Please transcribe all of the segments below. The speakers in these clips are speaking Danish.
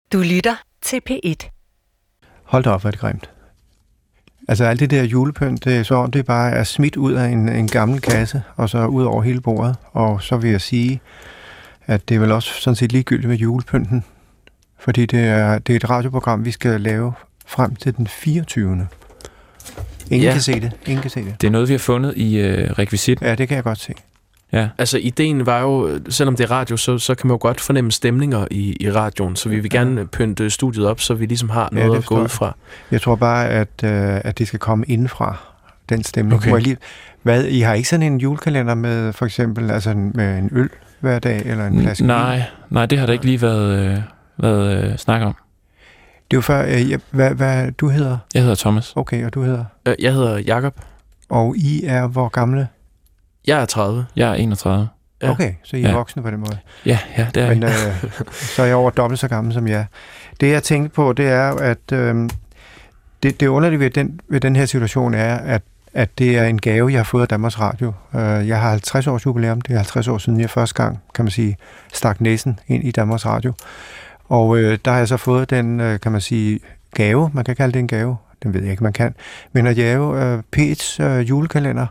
Du lytter til P1. Hold da op, hvor er det grimt. Altså alt det der julepynt, det er så om det bare er smidt ud af en gammel kasse, og så ud over hele bordet. Og så vil jeg sige, at det er vel også sådan set ligegyldigt med julepynten. Fordi det er et radioprogram, vi skal lave frem til den 24. Ingen kan se det. Det er noget, vi har fundet i rekvisit. Ja, det kan jeg godt se. Ja. Altså, ideen var jo, selvom det er radio, så kan man jo godt fornemme stemninger i radioen, så vi vil gerne pynte studiet op, så vi ligesom har noget at gå ud fra. Jeg tror bare, at det skal komme indenfra, den stemning. Okay. I har ikke sådan en julekalender med, for eksempel, altså med en øl hver dag, eller en flaske vin? Nej, det har der ikke lige været snak om. Det er jo før, hvad du hedder? Jeg hedder Thomas. Okay, og du hedder? Jeg hedder Jakob. Og I er hvor gamle? Jeg er 30. Jeg er 31. Ja. Okay, så I er voksne på den måde. Ja, det er men, så er jeg over dobbelt så gammel som jer. Det jeg tænkte på, det er, at det underlige ved den her situation er, at det er en gave, jeg har fået af Danmarks Radio. Jeg har 50 års jubilæum. Det er 50 år siden, jeg første gang, kan man sige, stak næsen ind i Danmarks Radio. Og der har jeg så fået den, kan man sige, gave. Man kan kalde det en gave. Den ved jeg ikke, man kan. Men at lave P1's julekalender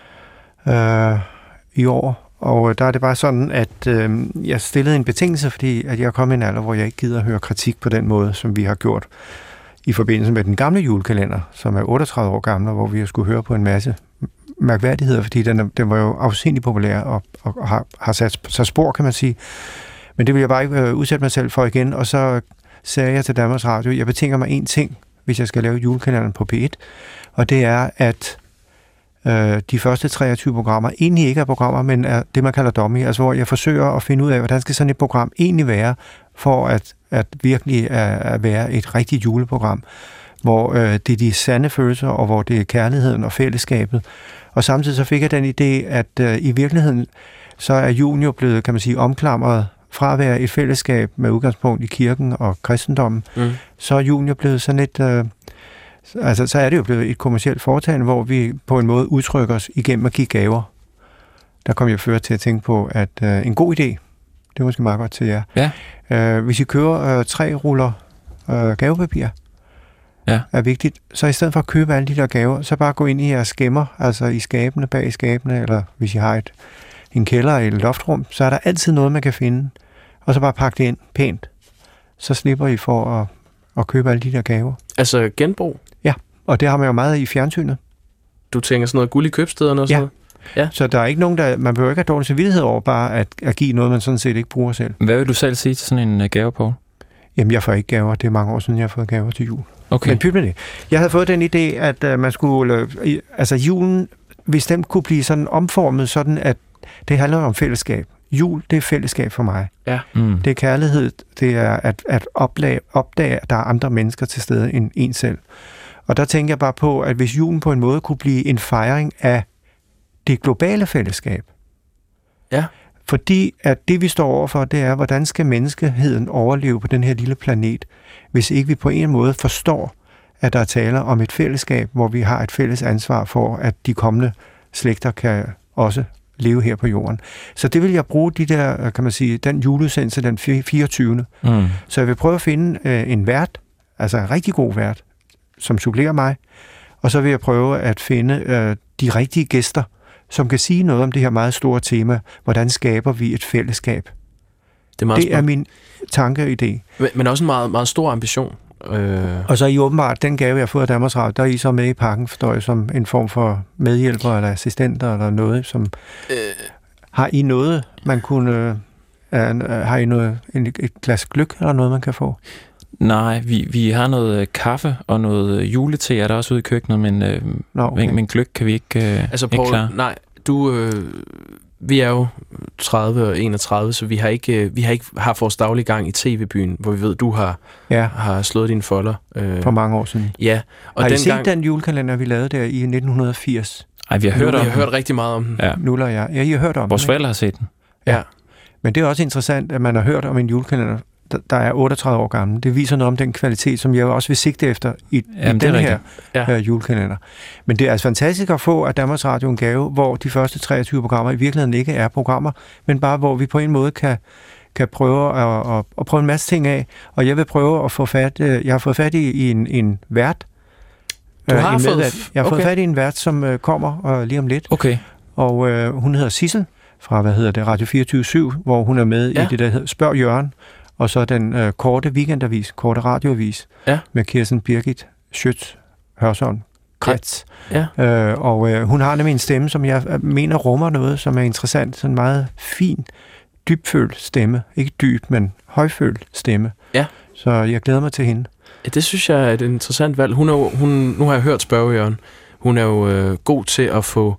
i år. Og der er det bare sådan, at jeg stillede en betingelse, fordi at jeg er kommet i en alder, hvor jeg ikke gider at høre kritik på den måde, som vi har gjort i forbindelse med den gamle julekalender, som er 38 år gammel, hvor vi skulle høre på en masse mærkværdigheder, fordi den var jo afsindig populær og har sat sig spor, kan man sige. Men det vil jeg bare ikke udsætte mig selv for igen, og så sagde jeg til Danmarks Radio, jeg betinger mig én ting, hvis jeg skal lave julekalenderen på P1, og det er, at de første 23 programmer egentlig ikke er programmer, men er det, man kalder dummy, altså hvor jeg forsøger at finde ud af, hvordan skal sådan et program egentlig være, for at virkelig at være et rigtigt juleprogram, hvor det er de sande følelser, og hvor det er kærligheden og fællesskabet. Og samtidig så fik jeg den idé, at i virkeligheden, så er julen jo blevet, kan man sige, omklamret fra at være et fællesskab med udgangspunkt i kirken og kristendommen, så er julen jo blevet sådan et... Altså, så er det jo blevet et kommercielt foretagende, hvor vi på en måde udtrykker os igennem at give gaver. Der kom jeg før til at tænke på, at en god idé, det er måske meget godt til jer. Ja. Hvis I køber 3 ruller gavepapir, er vigtigt, så i stedet for at købe alle de der gaver, så bare gå ind i jeres skemmer, altså i skabene, bag skabene, eller hvis I har en kælder eller et loftrum, så er der altid noget, man kan finde, og så bare pakke det ind pænt. Så slipper I for at købe alle de der gaver. Altså genbrug? Ja, og det har man jo meget i fjernsynet. Du tænker sådan noget guld i købstederne og sådan noget? Ja. Så der er ikke nogen, man behøver ikke have dårlig samvittighed over bare at give noget, man sådan set ikke bruger selv. Hvad vil du selv sige til sådan en gave, Poul? Jamen, jeg får ikke gaver. Det er mange år siden, jeg har fået gaver til jul. Okay. Men pyt med det. Jeg havde fået den idé, at man skulle... Altså julen, hvis den kunne blive sådan omformet, sådan at det handler om fællesskab. Jul, det er fællesskab for mig. Ja. Det er kærlighed. Det er at opdage, at der er andre mennesker til stede end en selv. Og der tænker jeg bare på, at hvis julen på en måde kunne blive en fejring af det globale fællesskab. Ja. Fordi at det, vi står overfor, det er, hvordan skal menneskeheden overleve på den her lille planet, hvis ikke vi på en måde forstår, at der er tale om et fællesskab, hvor vi har et fælles ansvar for, at de kommende slægter kan også leve her på jorden. Så det vil jeg bruge kan man sige, den juleudsendelse den 24. Så jeg vil prøve at finde en vært, altså en rigtig god vært, som supplerer mig, og så vil jeg prøve at finde de rigtige gæster, som kan sige noget om det her meget store tema, hvordan skaber vi et fællesskab. Det er min tankeidé. Men også en meget, meget stor ambition. Og så er I åbenbart, den gave, jeg har fået af Danmarks Radio, der er I så med i pakken, forstår jeg, som en form for medhjælper eller assistenter eller noget, som... Har I noget, man kunne... har I noget, et glas gløgg eller noget, man kan få? Nej, vi har noget kaffe og noget julete, er der også ude i køkkenet, men gløgg kan vi ikke altså, Poul, ikke klare. Nej, vi er jo 30 og 31, så vi har ikke haft vores daglige gang i TV-byen, hvor vi ved, du har slået dine folder. For mange år siden. Ja. Og har I set den julekalender, vi lavede der i 1980? Nej, vi har hørt rigtig meget om den. Ja. Nuller jeg. Ja, I har hørt om den. Vores forældre har set den. Ja. Men det er også interessant, at man har hørt om en julekalender, der er 38 år gammel. Det viser noget om den kvalitet, som jeg også vil sigte efter i den her julekalender. Men det er altså fantastisk at få af Danmarks Radio en gave, hvor de første 23 programmer i virkeligheden ikke er programmer, men bare hvor vi på en måde kan prøve at prøve en masse ting af, og jeg vil prøve at få fat, jeg har fået fat i en vært. Jeg har fået fat i en vært, som kommer lige om lidt. Okay. Og hun hedder Sissel fra, Radio 24/7, hvor hun er med i det, der hedder Spørg Jørgen, og så den korte weekendavis, korte radioavis, med Kirsten Birgit Schøtz Hørsholm Kretz. Ja. Hun har nemlig en stemme, som jeg mener rummer noget, som er interessant, sådan en meget fin, dybfølt stemme. Ikke dyb, men højfølt stemme. Ja. Så jeg glæder mig til hende. Ja, det synes jeg er et interessant valg. Nu har jeg hørt Spørge Jørgen. Hun er jo god til at få,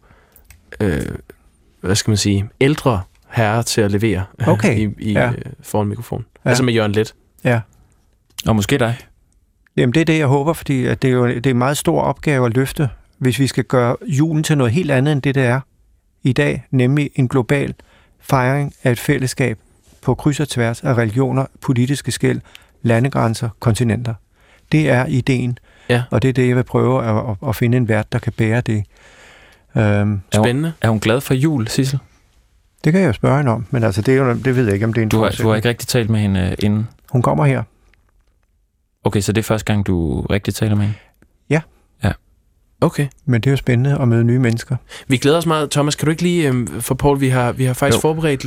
hvad skal man sige, ældre herrer til at levere foran mikrofon. Ja. Altså med Jørgen Leth. Ja. Og måske dig. Jamen det er det, jeg håber, fordi at det er en meget stor opgave at løfte, hvis vi skal gøre julen til noget helt andet end det er i dag, nemlig en global fejring af et fællesskab på kryds og tværs af religioner, politiske skel, landegrænser, kontinenter. Det er ideen, og det er det, jeg vil prøve at finde en vært, der kan bære det. Spændende. Er hun glad for jul, Sissel? Det kan jeg jo spørge hende om, men altså, det ved jeg ikke, om det er en du har ikke rigtig talt med hende inden? Hun kommer her. Okay, så det er første gang, du rigtig taler med hende? Ja. Okay. Men det er jo spændende at møde nye mennesker. Vi glæder os meget. Thomas, kan du ikke lige, for Paul, vi har faktisk forberedt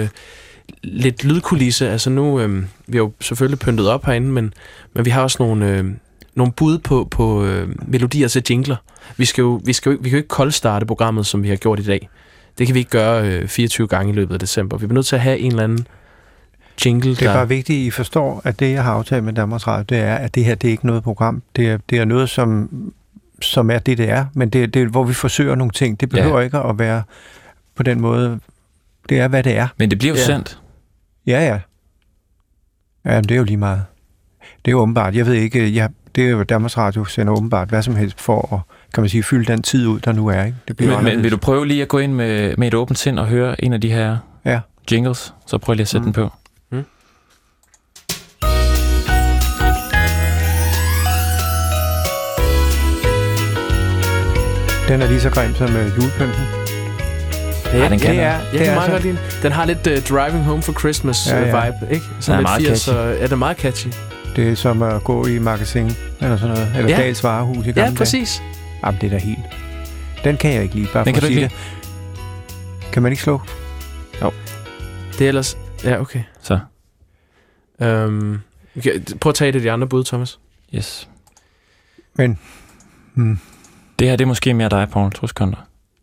lidt lydkulisse. Altså nu, vi har jo selvfølgelig pyntet op herinde, men vi har også nogle bud på melodier til jingler. Vi kan jo ikke koldstarte programmet, som vi har gjort i dag. Det kan vi ikke gøre 24 gange i løbet af december. Vi er nødt til at have en eller anden jingle. Det er bare vigtigt, at I forstår, at det, jeg har aftalt med Danmarks Radio, det er, at det her, det er ikke noget program. Det er noget, som er det er, men det er, hvor vi forsøger nogle ting. Det behøver ikke at være på den måde. Det er, hvad det er. Men det bliver jo sendt. Ja, det er jo lige meget. Det er jo åbenbart. Jeg ved ikke, det er jo Danmarks Radio sender åbenbart hvad som helst for at, kan man sige, fylde den tid ud, der nu er. Ikke? Det bliver men vil du prøve lige at gå ind med et åbent sind og høre en af de her jingles? Så prøv lige at sætte den på. Den er lige så grim som julepynten. Ja, den kan meget godt lide. Den har lidt Driving Home for Christmas vibe, ikke? Sådan lidt 80'er. Er det meget catchy? Det er som at gå i magasin eller sådan noget, eller Dahls varehus i gamle dage. Ja, præcis. Jamen, det er da helt. Den kan jeg ikke lide, bare den for at sige det. Kan man ikke slå? Jo. Det er ellers... Ja, okay. Så. Prøv at tage det de andre bud, Thomas. Yes. Men... Det her, det er måske mere dig, Paul, 2 sekunder.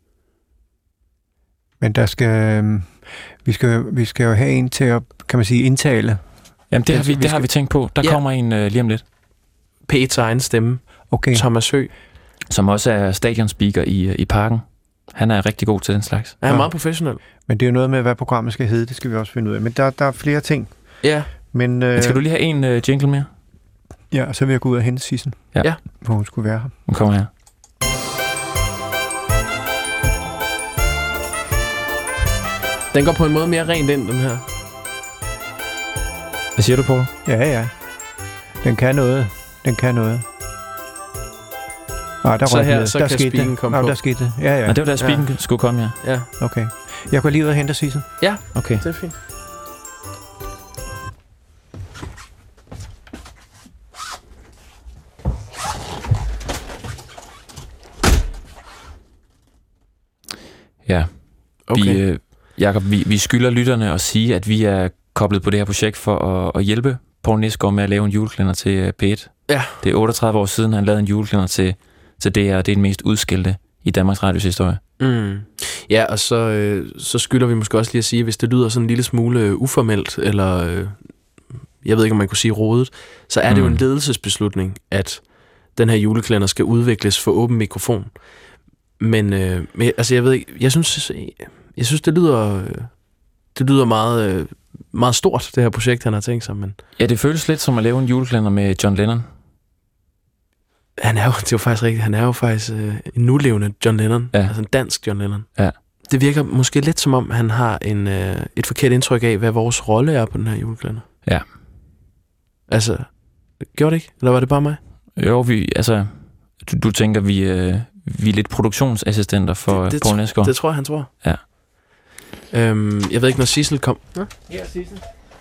Men der skal... Vi skal jo have en til at, kan man sige, indtale. Jamen, det har vi tænkt på. Der kommer en lige om lidt. P1's egen stemme. Okay. Thomas Høgh. Som også er stadionspeaker i Parken. Han er rigtig god til den slags. Han er meget professionel. Men det er jo noget med, hvad programmet skal hedde. Det skal vi også finde ud af. Men der er flere ting. Ja. Men skal du lige have en jingle mere? Ja, og så vil jeg gå ud og hente Sissel. Ja. Hvor hun skulle være her. Hun kommer her. Den går på en måde mere rent ind, den her. Hvad siger du, Paul? Ja. Den kan noget. Nej, der så her, så der kan speaken komme på. Der skete det. Ja. Og det var der speaken skulle komme, ja. Okay. Jeg går lige ud og henter Sissel. Ja, okay. Det er fint. Ja. Okay. Jakob, vi skylder lytterne at sige, at vi er koblet på det her projekt for at hjælpe Poul Nesgaard med at lave en julekalender til P1. Ja. Det er 38 år siden, han lavede en julekalender til DR, og det er den mest udskilte i Danmarks Radios historie. Ja, og så skylder vi måske også lige at sige, hvis det lyder sådan en lille smule uformelt, eller jeg ved ikke, om man kunne sige rodet, så er det jo en ledelsesbeslutning, at den her julekalender skal udvikles for åben mikrofon. Men altså, jeg ved ikke, jeg synes det lyder meget, meget stort, det her projekt, han har tænkt sig. Men ja, det føles lidt som at lave en julekalender med John Lennon. Det er jo faktisk rigtigt. Han er jo faktisk en nulevende John Lennon. Ja. Altså en dansk John Lennon. Ja. Det virker måske lidt som om, han har et forkert indtryk af, hvad vores rolle er på den her julekalender. Ja. Altså, gjorde det ikke? Eller var det bare mig? Jo, du tænker, vi er lidt produktionsassistenter for Poul Nesgaard. Det tror jeg, han tror. Ja. Jeg ved ikke, når Sissel kom... Ja, Sissel.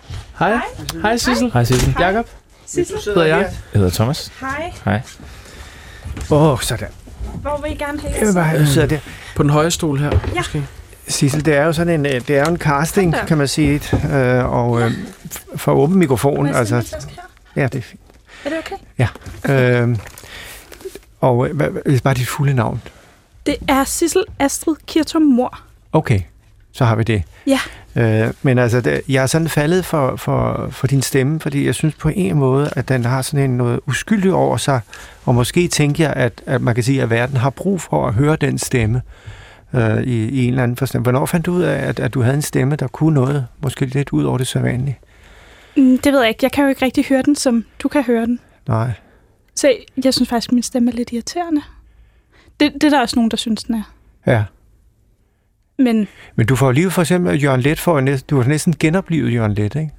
Hej. Hej, Sissel. Hej, Sissel. Jakob. Sissel. Hedder jeg. Jeg hedder Thomas. Hej. Hej. Sådan. Hvor vil I gerne have? Jeg vil bare have, du sidder der. På den høje stol her, Ja. måske. Sissel, det er jo sådan en, det er jo en casting, kan man sige, for åben mikrofon. Må jeg Altså, sætte min taske her? ja, det er fint. Er det okay? Og hvad er bare dit fulde navn? Det er Sissel Astrid Kirtum Mor. Okay, så har vi det. Ja. Men altså, jeg er sådan faldet for din stemme, fordi jeg synes på en måde, at den har sådan noget uskyldigt over sig, og måske tænker jeg, at man kan sige, at verden har brug for at høre den stemme i en eller anden forstand. Hvornår fandt du ud af, at du havde en stemme, der kunne noget, måske lidt ud over det sædvanlige? Det ved jeg ikke. Jeg kan jo ikke rigtig høre den, som du kan høre den. Nej. Så jeg synes faktisk, at min stemme er lidt irriterende. Det er der også nogen, der synes, den er. Ja. Men du får lige for eksempel Jørgen Leth, du har næsten genoplevet Jørgen Leth, ikke?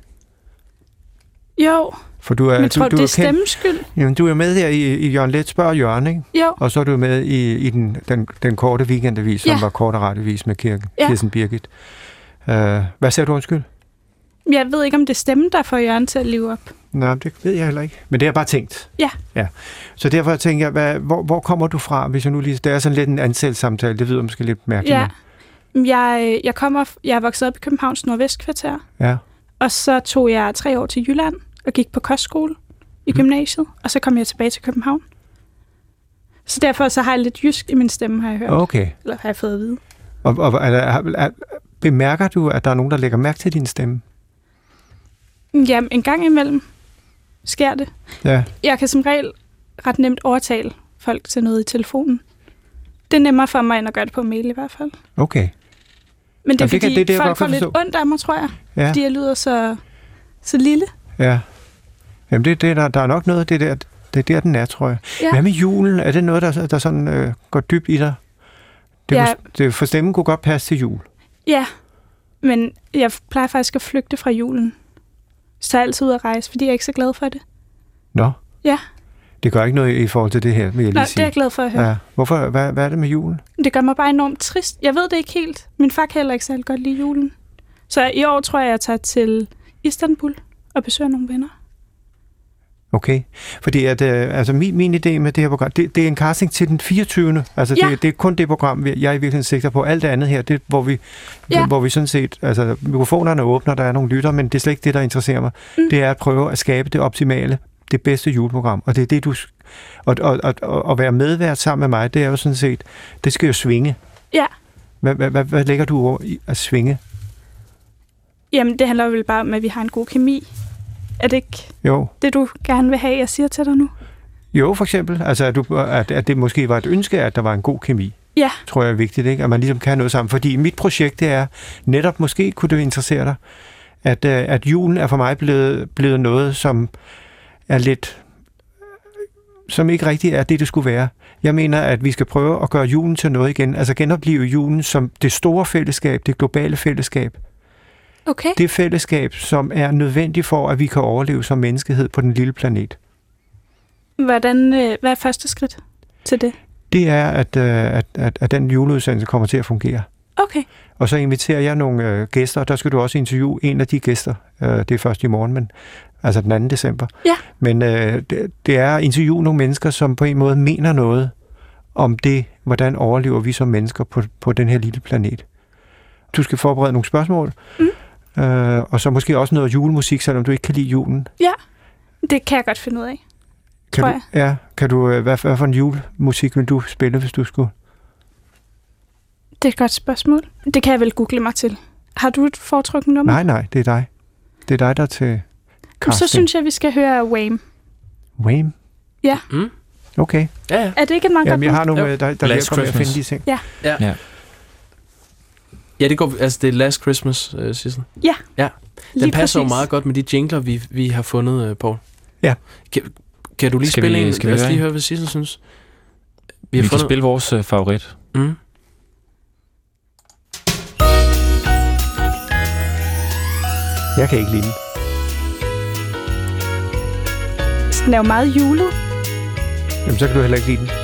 jo, For du er, men tror du, det er stemmens skyld? Jamen, du er med her i Jørgen Leth spørger Jørgen, ikke? Jo. Og så er du med i den korte weekendavis, som Ja. var korte radiovis med Ja. Kirsten Birgit. Hvad siger du, undskyld? Jeg ved ikke, om det er stemmen, der får Jørgen til at leve op. Nej, det ved jeg heller ikke. Men det har jeg bare tænkt. Ja. Så derfor tænker jeg, hvor kommer du fra, hvis jeg nu lige... Det er sådan lidt en ansættelsessamtale, det lyder måske lidt mærkeligt. Ja. Jeg er vokset op i Københavns Nordvestkvarter, Ja. og så tog jeg 3 år til Jylland og gik på kostskole i gymnasiet, og så kom jeg tilbage til København. Så derfor så har jeg lidt jysk i min stemme, har jeg hørt. Okay. Eller har jeg fået at vide. Og bemærker du, at der er nogen, der lægger mærke til din stemme? Jamen, en gang imellem sker det. Ja. Jeg kan som regel ret nemt overtale folk til noget i telefonen. Det er nemmere for mig, end at gøre det på mail i hvert fald. Okay. Men det er Jamen, fordi, det jeg folk godt får kan lidt forstå. ondt af mig, tror jeg. Ja. Fordi jeg lyder så lille. Ja. Jamen, der er nok noget, det er der, den er, tror jeg. Ja. Hvad med julen? Er det noget, der sådan går dybt i dig? Det for stemmen kunne godt passe til jul. Ja, men jeg plejer faktisk at flygte fra julen. Så er jeg altid ud at rejse, fordi jeg er ikke så glad for det. Nå. Ja. Det gør ikke noget i forhold til det her, vil jeg lige Nej, sige. det er jeg glad for at høre. Ja. Hvorfor? Hvad er det med julen? Det gør mig bare enormt trist. Jeg ved det ikke helt. Min far kan heller ikke særlig godt lide julen. Så i år tror jeg tager til Istanbul og besøger nogle venner. Okay. Fordi at, altså min idé med det her program, det er en casting til den 24. Altså Ja. det er kun det program, jeg i virkeligheden sigter på. Alt det andet her, det hvor vi sådan set, altså mikrofonerne åbner, der er nogle lytter, men det er slet ikke det, der interesserer mig. Det er at prøve at skabe det optimale, det bedste juleprogram. Og det er det, du... Og være medvært sammen med mig, det er jo sådan set, det skal jo svinge. Ja. Hvad lægger du over i at svinge? Jamen, det handler vel bare om, at vi har en god kemi. Er det ikke Jo. det, du gerne vil have, jeg siger til dig nu? Jo, for eksempel. Altså, at det måske var et ønske, at der var en god kemi. Ja. Tror jeg er vigtigt, ikke? At man ligesom kan noget sammen. Fordi mit projekt, det er netop, måske kunne det interessere dig, at julen er for mig blevet noget, som er lidt... som ikke rigtig er det skulle være. Jeg mener, at vi skal prøve at gøre julen til noget igen. Altså genopleve julen som det store fællesskab, det globale fællesskab. Okay. Det fællesskab, som er nødvendigt for, at vi kan overleve som menneskehed på den lille planet. Hvad er første skridt til det? Det er, at den juleudsendelse kommer til at fungere. Okay. Og så inviterer jeg nogle gæster, og der skal du også interviewe en af de gæster. Det er først i morgen, men altså den 2. december. Ja. Men det er at interviewe nogle mennesker, som på en måde mener noget om det, hvordan overlever vi som mennesker på den her lille planet. Du skal forberede nogle spørgsmål, og så måske også noget julemusik, selvom du ikke kan lide julen. Ja, det kan jeg godt finde ud af, tror jeg. Ja, kan du, hvad for en julemusik vil du spille, hvis du skulle? Det er et godt spørgsmål. Det kan jeg vel google mig til. Har du et foretrukket nummer? Nej, det er dig. Det er dig, der er til casting. Så synes jeg, vi skal høre Wham. Wham? Ja. Okay. Ja. Er det ikke et meget Jamen, godt jeg har bud? nogle, der hjælper med at finde de ting. Ja, det går, altså det er Last Christmas, Sissel. Ja. Den Lige passer jo præcis. meget godt med de jingler, vi har fundet, Poul. Ja. Kan du lige Skal spille vi- en? skal vi Lad os høre lige en? høre, hvad Sissel synes. Vi kan spille vores favorit. Jeg kan ikke lide den. Den er jo meget julet. Jamen, så kan du heller ikke lide den.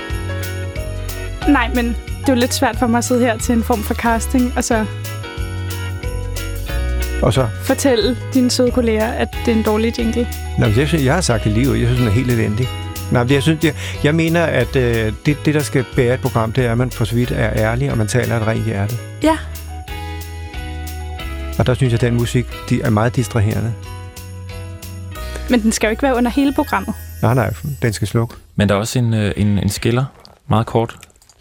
Nej, men det er jo lidt svært for mig at sidde her til en form for casting, og så Og så? Fortælle dine søde kolleger, at det er en dårlig jingle. Nå, jeg har sagt det lige ud. Jeg synes, den er helt elendig. Nej, jeg mener, at det, der skal bære et program, det er, at man for så vidt er ærlig, og man taler et rent hjerte. Ja. Og der synes jeg, at den musik er meget distraherende. Men den skal jo ikke være under hele programmet. Nej, den skal slukke. Men der er også en skiller, meget kort.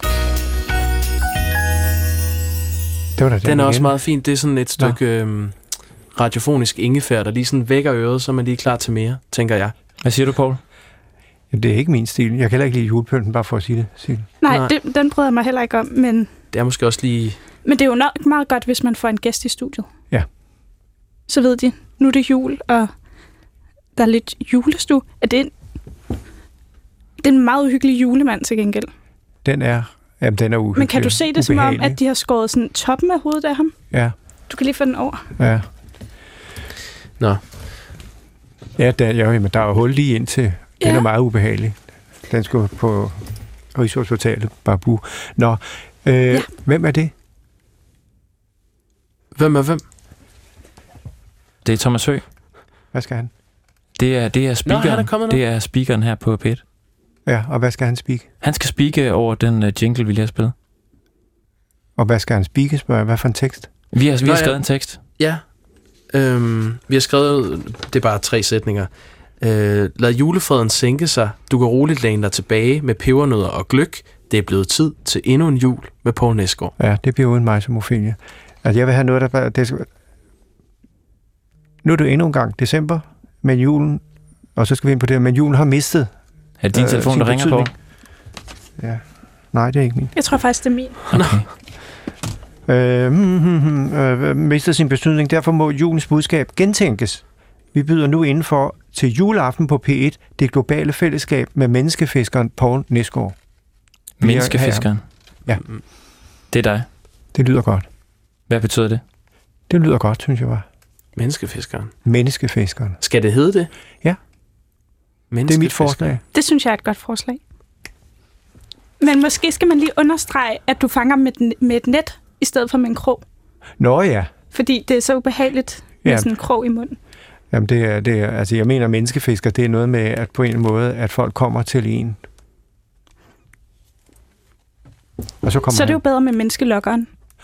Den er også meget fint. Det er sådan et stykke radiofonisk ingefær, der lige sådan vækker øret, så man lige er klar til mere, tænker jeg. Hvad siger du, Poul? Jamen, det er ikke min stil. Jeg kan heller ikke lide julepynten, bare for at sige det. Nej. Den bryder jeg mig heller ikke om, men... Det er måske også lige... Men det er jo nok meget godt, hvis man får en gæst i studiet. Ja. Så ved de, nu er det jul, og der er lidt julestue. Det er en meget uhyggelig julemand til gengæld. Den er uhyggelig. Men kan du se det som om, at de har skåret sådan toppen af hovedet af ham? Ja. Du kan lige få den over. Ja. Nå. Ja, men der er jo hul lige ind til. Den er meget ubehagelig. Den skal på Rigshospitalet, Babu. Nå, hvem er det? Hvem er hvem? Det er Thomas Høgh. Hvad skal han? Det er speakeren. Det er speakeren her på P1. Ja, og hvad skal han speak? Han skal speake over den jingle, vi lige har spillet. Og hvad skal han speake, spørger jeg? Hvad for en tekst? Vi har skrevet en tekst. Ja. Vi har skrevet, det er bare 3 sætninger. Lad julefreden sænke sig. Du kan roligt læne dig tilbage med pebernødder og gløgg. Det er blevet tid til endnu en jul med Poul Nesgaard. Ja, det bliver uden mig som Ophelia. Altså, jeg vil have noget, der... Nu er det endnu en gang december, men julen... Og så skal vi ind på det, men julen har mistet... Er det din telefon, der ringer på? Ja. Nej, det er ikke min. Jeg tror faktisk, det er min. Okay. Mistet sin betydning. Derfor må julens budskab gentænkes. Vi byder nu indenfor til juleaften på P1 det globale fællesskab med menneskefiskeren Poul Nesgaard. Menneskefiskeren? Ja. Det er dig? Det lyder godt. Hvad betyder det? Det lyder godt, synes jeg var. Menneskefiskeren? Menneskefiskeren. Skal det hedde det? Ja. Det er mit forslag. Det synes jeg er et godt forslag. Men måske skal man lige understrege, at du fanger med et net, i stedet for med en krog. Nå ja. Fordi det er så ubehageligt med sådan en krog i munden. Jamen det er, altså jeg mener menneskefisker, det er noget med, at på en måde, at folk kommer til en. Og så er det jo bedre med menneskelokkeren.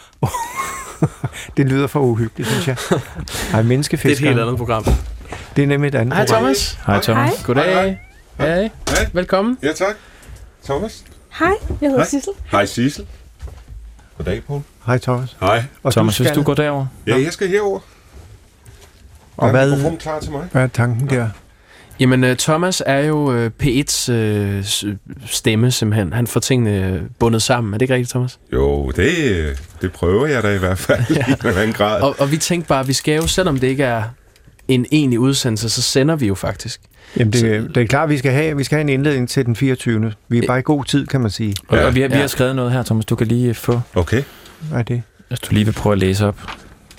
Det lyder for uhyggeligt, synes jeg. Nej, menneskefiskeren. Det er et helt andet program. Det er nemlig et andet program. Hej Thomas. Hej Thomas. Goddag. Hej. Velkommen. Ja, tak. Thomas. Hej, jeg hedder Sissel. Hej Sissel. Goddag, Poul. Hej Thomas. Hej. Og Thomas, hvis du går derover. Ja, jeg skal herover. Og hvad er klar til mig? Hvad er tanken der? Jamen, Thomas er jo P1's stemme, simpelthen. Han får tingene bundet sammen. Er det ikke rigtigt, Thomas? Jo, det prøver jeg da i hvert fald i en eller anden grad. Og vi tænkte bare, at vi skal jo, selvom det ikke er en egentlig udsendelse, så sender vi jo faktisk. Jamen, det er klart, vi skal have en indledning til den 24. Vi er bare i god tid, kan man sige. Og vi har skrevet noget her, Thomas. Du kan lige få... Okay. Hvad er det? Hvis du lige vil prøve at læse op.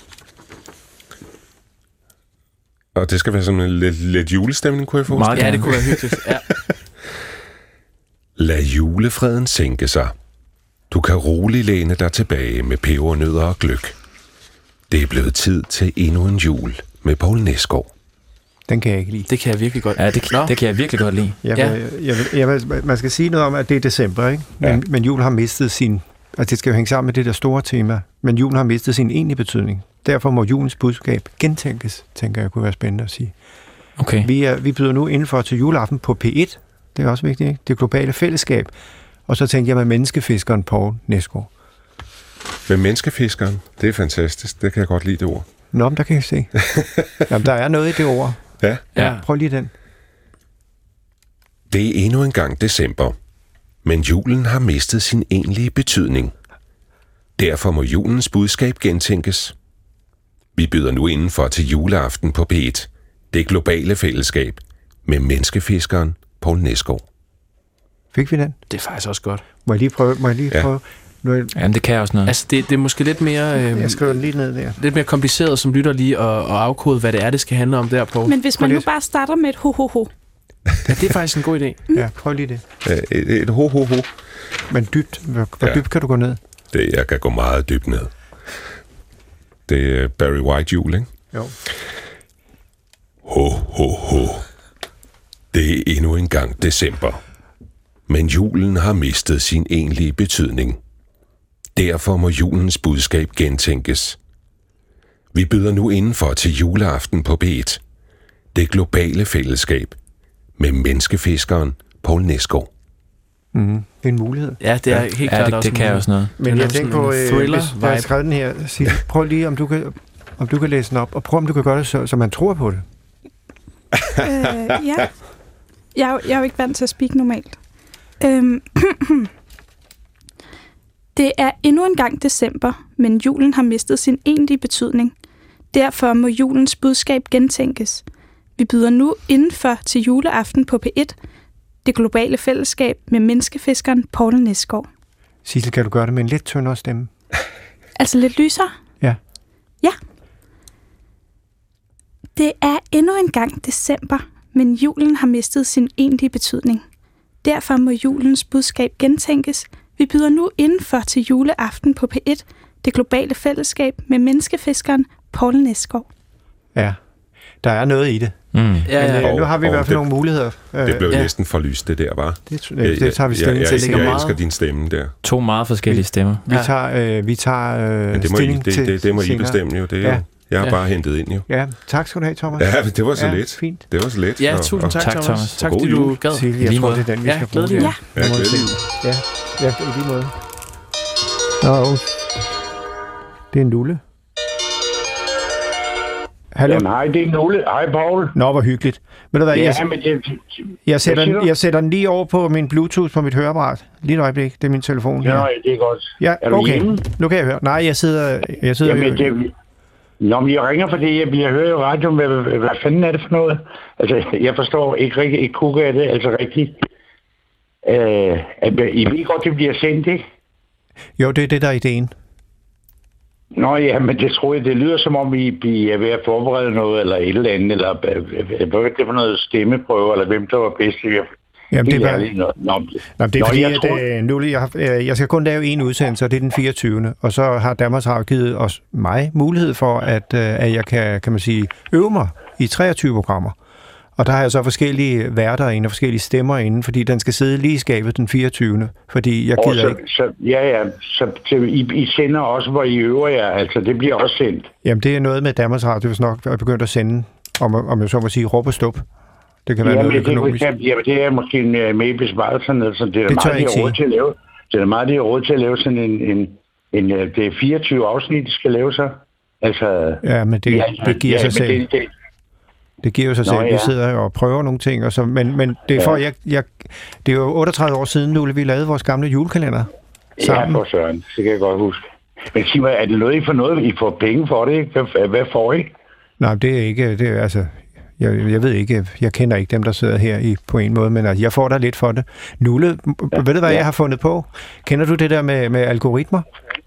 Og det skal være sådan en lidt julestemning, kunne jeg forestille. Ja, det kunne være hyggeligt. Ja. Lad julefreden sænke sig. Du kan roligt læne dig tilbage med pebernødder og gløgg. Det er blevet tid til endnu en jul med Poul Nesgaard. Den kan jeg ikke lide. Det kan jeg virkelig godt. Ja, det kan jeg virkelig godt lide. Man skal sige noget om, at det er december, ikke? Men jul har mistet sin... Altså, det skal jo hænge sammen med det der store tema. Men julen har mistet sin egentlige betydning. Derfor må julens budskab gentænkes, tænker jeg kunne være spændende at sige. Okay. Vi byder nu indenfor til juleaften på P1. Det er også vigtigt, ikke? Det globale fællesskab. Og så tænker jeg med menneskefiskeren Poul Nesgaard. Med menneskefiskeren? Det er fantastisk. Det kan jeg godt lide, det ord. Nå, men der kan jeg se. Jamen, der er noget i det ord. Ja. Prøv lige den. Det er endnu en gang december. Men julen har mistet sin egentlige betydning. Derfor må julens budskab gentænkes. Vi byder nu indenfor til juleaften på P1. Det globale fællesskab med menneskefiskeren Poul Nesgaard. Fik vi den? Det er faktisk også godt. Må jeg lige prøve? Jamen, det kan også noget. Altså, det er måske lidt mere... jeg skriver den lige ned der. Lidt mere kompliceret som lytter lige at afkode, hvad det er, det skal handle om der på. Men hvis man nu bare starter med et ho-ho-ho. Ja, det er faktisk en god idé. Ja, prøv lige det. Et ho-ho-ho. Men dybt. Hvor dybt kan du gå ned? Jeg kan gå meget dybt ned. Det er Barry White jul, ikke? Jo. Ho, ho, ho. Det er endnu en gang december. Men julen har mistet sin egentlige betydning. Derfor må julens budskab gentænkes. Vi byder nu indenfor til juleaften på P1. Det globale fællesskab med menneskefiskeren Poul Nesgaard. Det er en mulighed. Ja, det er helt klart også det kan også noget. Men jeg tænker på, hvis jeg har skrevet den her, prøv lige, om du kan læse den op, og prøv om du kan gøre det, så man tror på det. Ja. Jeg er jo ikke vant til at speak normalt. Det er endnu en gang december, men julen har mistet sin egentlige betydning. Derfor må julens budskab gentænkes. Vi byder nu indenfor til juleaften på P1, det globale fællesskab med menneskefiskeren Poul Nesgaard. Sissel, kan du gøre det med en lidt tyndere stemme? Altså lidt lysere? Ja. Ja. Det er endnu en gang december, men julen har mistet sin egentlige betydning. Derfor må julens budskab gentænkes. Vi byder nu indenfor til juleaften på P1, det globale fællesskab med menneskefiskeren Poul Nesgaard. Ja, der er noget i det. Ja. Nu har vi i hvert fald nogle muligheder. Det blev næsten for lyst, det der, var. Det tager vi stilling til. Jeg elsker din stemme der. 2 meget forskellige stemmer. Vi tager Men det må I bestemme jo. Det er jo. Jeg har bare hentet ind jo. Ja, tak skal du have, Thomas. Ja, det var så let. Fint. Det var så let. Ja, tusind tak, Thomas. Tak, fordi du gad. Jeg tror, det er den, vi skal bruge. Ja, Ja, i lige måde. Det er en Nulle. Hallo? Jamen, hej, det er Nulle. Hej, Poul. Nå, hvor hyggeligt. Ved du hvad, Ja, jeg sætter den lige over på min Bluetooth på mit høreapparat. Lige et øjeblik, det er min telefon her. Ja, det er godt. Ja, er du okay. hjemme? Nu kan jeg høre. Nej, jeg sidder Nå, men jeg ringer, fordi jeg hører jo radioen. Hvad fanden er det for noget? Altså, jeg forstår ikke kukke af det, altså rigtigt. I ved godt, det bliver sendt, ikke? Jo, det er det, der er ideen. Nå ja, men det tror jeg, det lyder som om, I er ved at forberede noget, eller et eller andet, eller hvad er det for noget stemmeprøve, eller hvem der var bedst. Jamen, det er fordi, jeg skal kun lave en udsendelse, og det er den 24. Og så har Danmarks Radio givet mig mulighed for, at jeg kan man sige, øve mig i 23 programmer. Og der har jeg så forskellige værter inde og forskellige stemmer inde, fordi den skal sidde lige i skabet den 24. Fordi jeg gider ikke. Så I sender også, hvor I øver jer, altså det bliver også sendt. Jamen, det er noget med Danmarks Radio, hvis nok er begyndt at sende, om jeg så må sige, råb og stop. Det kan være noget økonomisk. Det er måske med i besparelserne, altså det er meget, de har råd til at lave. Det er meget, de har råd til at lave sådan en det er 24 afsnit, de skal lave så. Altså, ja, men det giver sig selv. Det giver jo sig selv. Vi sidder og prøver nogle ting, og så, men det er for, det er jo 38 år siden nu, vi lavede vores gamle julekalender sammen. Ja, for søren. Det kan jeg godt huske. Men sig mig, er det noget, I får noget? I får penge for det, ikke? Hvad får I? Nej, det er ikke, det er altså, jeg ved ikke, jeg kender ikke dem, der sidder her på en måde, men altså, jeg får da lidt for det. Nulle, ved du, hvad jeg har fundet på? Kender du det der med algoritmer?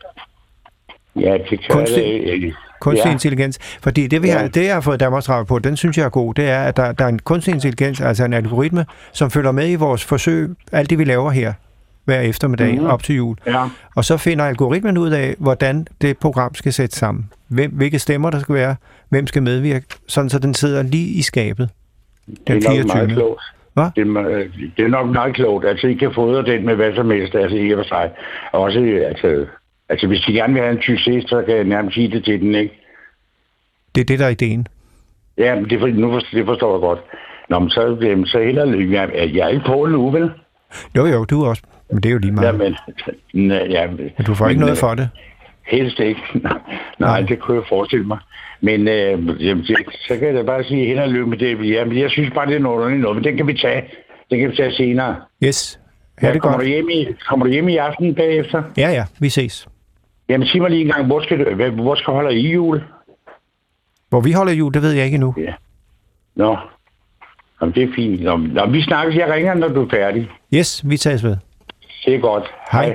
Ja, det kan jeg. Kunstig intelligens. Fordi det, jeg har fået Danmarks Radio på, den synes jeg er god, det er, at der er en kunstig intelligens, altså en algoritme, som følger med i vores forsøg, alt det, vi laver her, hver eftermiddag op til jul. Ja. Og så finder algoritmen ud af, hvordan det program skal sættes sammen. Hvilke stemmer der skal være, hvem skal medvirke, sådan så den sidder lige i skabet. Den 24. Det er nok meget klogt. Hvad? Det er nok meget klogt. Altså, I kan fodre den med hvad som helst, altså ikke for sig. Også, altså, hvis de gerne vil have en succes, så kan jeg nærmest sige det til den, ikke? Det er det, der er ideen. Ja, men det forstår jeg godt. Nå, men så heller lykke. Jeg er ikke på nu, vel? Jo, du også. Men det er jo lige meget. Men du får ikke noget for det. Helst ikke. Nej, det kunne jeg forestille mig. Men så kan jeg da bare sige held og lykke med det. Ja, men jeg synes bare, det er noget, men den kan vi tage. Den kan vi tage senere. Yes. Kommer du hjem i aften bagefter? Ja, vi ses. Jamen, sig mig lige en gang, hvor skal holde I jul? Hvor vi holder jul, det ved jeg ikke endnu. Ja. Nå. Jamen, det er fint. Nå, vi snakkes. Jeg ringer, når du er færdig. Yes, vi tages ved. Det er godt. Hej.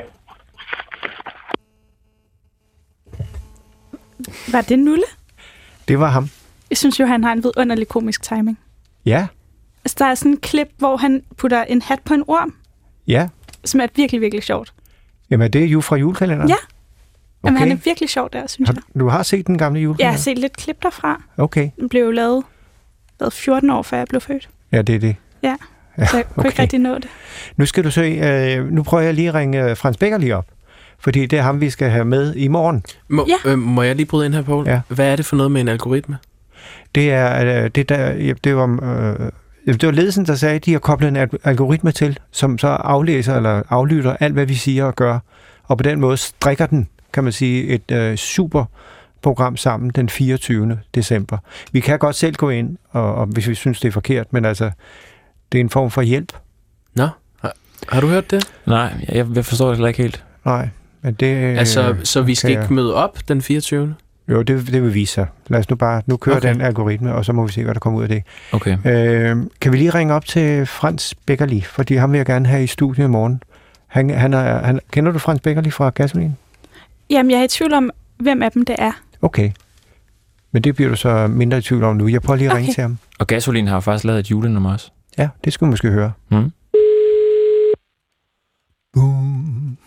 Var det Nulle? Det var ham. Jeg synes jo, han har en vidunderlig komisk timing. Ja. Altså, der er sådan en klip, hvor han putter en hat på en orm. Ja. Som er virkelig, virkelig sjovt. Jamen, det er jo fra julekalenderen? Ja. Jamen, han er virkelig sjov der, synes jeg. Du har set den gamle julekalender? Jeg har set lidt klip derfra. Okay. Den blev jo lavet 14 år, før jeg blev født. Ja, det er det. Ja, så jeg kunne ikke rigtig nå det. Nu skal du se, nu prøver jeg lige at ringe Frans Beckerli op, fordi det er ham, vi skal have med i morgen. Må jeg lige bryde ind her, Poul? Ja. Hvad er det for noget med en algoritme? Det var ledelsen, der sagde, at de har koblet en algoritme til, som så aflæser eller aflytter alt, hvad vi siger og gør. Og på den måde strikker den, kan man sige, et super program sammen den 24. december. Vi kan godt selv gå ind, og hvis vi synes, det er forkert, men altså, det er en form for hjælp. Nå, har du hørt det? Nej, jeg forstår det ikke helt. Nej, men det... Altså, så vi skal ikke møde op den 24. Jo, det vil vise sig. Lad os nu køre den algoritme, og så må vi se, hvad der kommer ud af det. Okay. Kan vi lige ringe op til Frans Beckerli, fordi ham vil jeg gerne have i studiet i morgen. Kender du Frans Beckerli fra Gasolin? Jamen, jeg er i tvivl om, hvem af dem det er. Okay. Men det bliver du så mindre i tvivl om nu. Jeg prøver lige at ringe til ham. Og Gasolin har jo faktisk lavet et julenummer også. Ja, det skulle vi måske høre. Mm. Boom.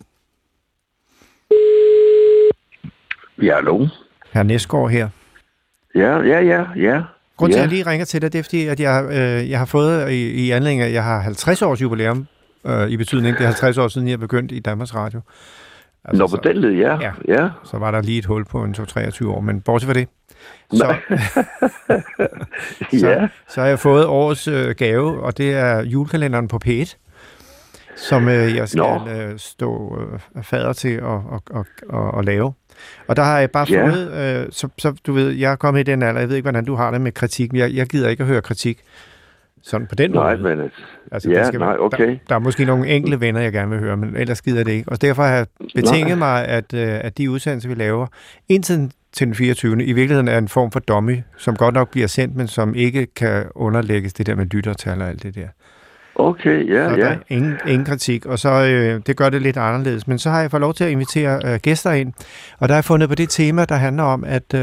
Ja, hallo. Herr Næsgaard her. Ja. Grunden til, at jeg lige ringer til dig, det er fordi, at jeg har fået i anledning af, at jeg har 50 års jubilæum, i betydning, det er 50 år siden, jeg begyndte i Danmarks Radio. Altså, Nå, på den led, ja. Så var der lige et hul på en 23 år, men bortset fra det, så har jeg fået årets gave, og det er julekalenderen på P1, som jeg skal stå fader til at lave. Og der har jeg bare fået, så du ved, jeg er kommet i den alder, jeg ved ikke, hvordan du har det med kritik, men jeg gider ikke at høre kritik sådan på den måde. Nej, men okay. Der er måske nogle enkelte venner, jeg gerne vil høre, men ellers gider det ikke. Og derfor har jeg betinget mig, at de udsendelser, vi laver, indtil til den 24. i virkeligheden er en form for dummy, som godt nok bliver sendt, men som ikke kan underlægges det der med lyttertal og alt det der. Okay, så der er ingen kritik, og så det gør det lidt anderledes. Men så har jeg fået lov til at invitere gæster ind, og der har jeg fundet på det tema, der handler om, at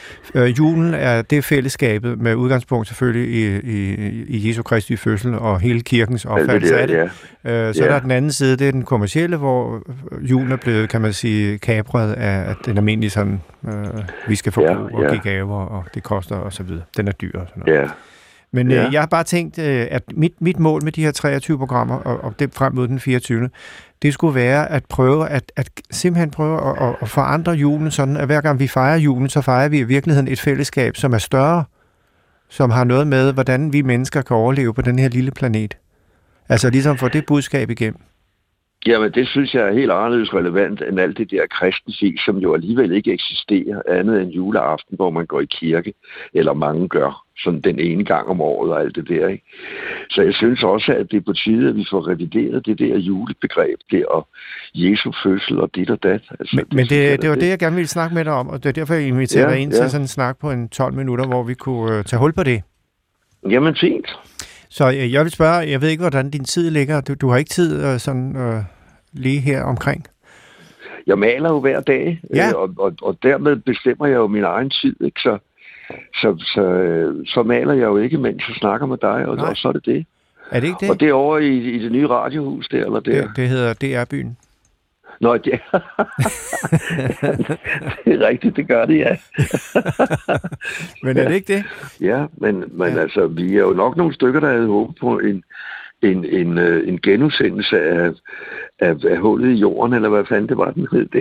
julen er det fællesskabet med udgangspunkt selvfølgelig i Jesu Kristi fødsel og hele kirkens opfattelse af det. Så er der den anden side, det er den kommercielle, hvor julen er blevet, kan man sige, kapret af den almindelige sådan, vi skal forbruge og give gaver, og det koster og så videre. Den er dyr og sådan noget. Ja. Men jeg har bare tænkt, at mit mål med de her 23 programmer, og det frem mod den 24., det skulle være at prøve at simpelthen prøve at forandre julen sådan, at hver gang vi fejrer julen, så fejrer vi i virkeligheden et fællesskab, som er større, som har noget med, hvordan vi mennesker kan overleve på den her lille planet. Altså ligesom få det budskab igennem. Jamen, det synes jeg er helt anderledes relevant end alt det der kristensig, som jo alligevel ikke eksisterer andet end juleaften, hvor man går i kirke, eller mange gør, sådan den ene gang om året og alt det der, ikke? Så jeg synes også, at det er på tide, at vi får revideret det der julebegreb, det og Jesu fødsel og dit og dat. Altså, men det var det, jeg gerne ville snakke med dig om, og det er derfor, jeg inviterer dig ind til sådan en snak på en 12 minutter, hvor vi kunne tage hul på det. Jamen, fint. Så jeg vil spørge, jeg ved ikke, hvordan din tid ligger. Du har ikke tid sådan lige her omkring? Jeg maler jo hver dag, og dermed bestemmer jeg jo min egen tid, ikke? Så maler jeg jo ikke, mens jeg snakker med dig, og så er det det. Er det ikke det? Og det er over i det nye radiohus der, eller der? Det hedder DR-byen. Nå, det er rigtigt, det gør det, ja. Men er det ikke det? Ja, men altså, vi er jo nok nogle stykker, der havde håbet på en genudsendelse af hullet i jorden, eller hvad fanden det var, den hed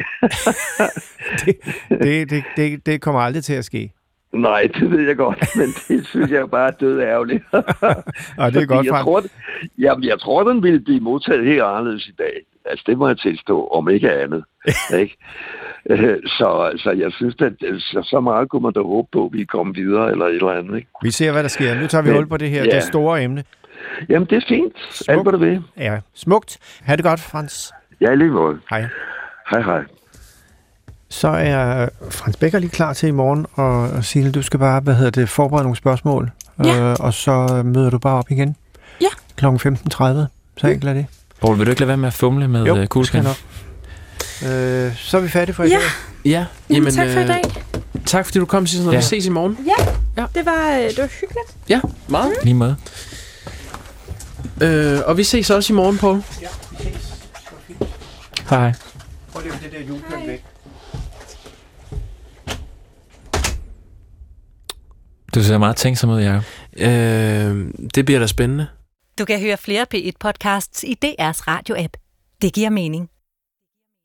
det. Det kommer aldrig til at ske. Nej, det ved jeg godt, men det synes jeg bare er død ærgerligt. Og det er godt frem. Jeg tror, den ville blive modtaget helt anderledes i dag. Altså, det må jeg tilstå, om ikke andet. Ikke? Så jeg synes, at så meget kunne man da håbe på, at vi kommer videre, eller et eller andet. Ikke? Vi ser, hvad der sker. Nu tager vi hul på det her, det store emne. Jamen, det er fint. Smukt. Alt, hvad du vil. Ja, smukt. Ha' det godt, Frans. Ja, lige måde. Hej. Hej. Så er Frans Beckerli klar til i morgen, og Signe, du skal bare, forberede nogle spørgsmål, og så møder du bare op igen. Ja. Kl. 15.30, så enkelt er det. Poul, vil du ikke lade være med at fumle med kuglepen? Så er vi færdige for i dag. Ja, jamen tak for i dag. Tak fordi du kom, Signe, og vi ses i morgen. Ja. Det var hyggeligt. Ja, meget. Lige måde. Og vi ses også i morgen, Poul. Ja, vi ses. Hej. Prøv lige det der julepynt væk. Du ser meget tænksom ud, Jacob. Det bliver da spændende. Du kan høre flere P1-podcasts i DR's radio-app. Det giver mening.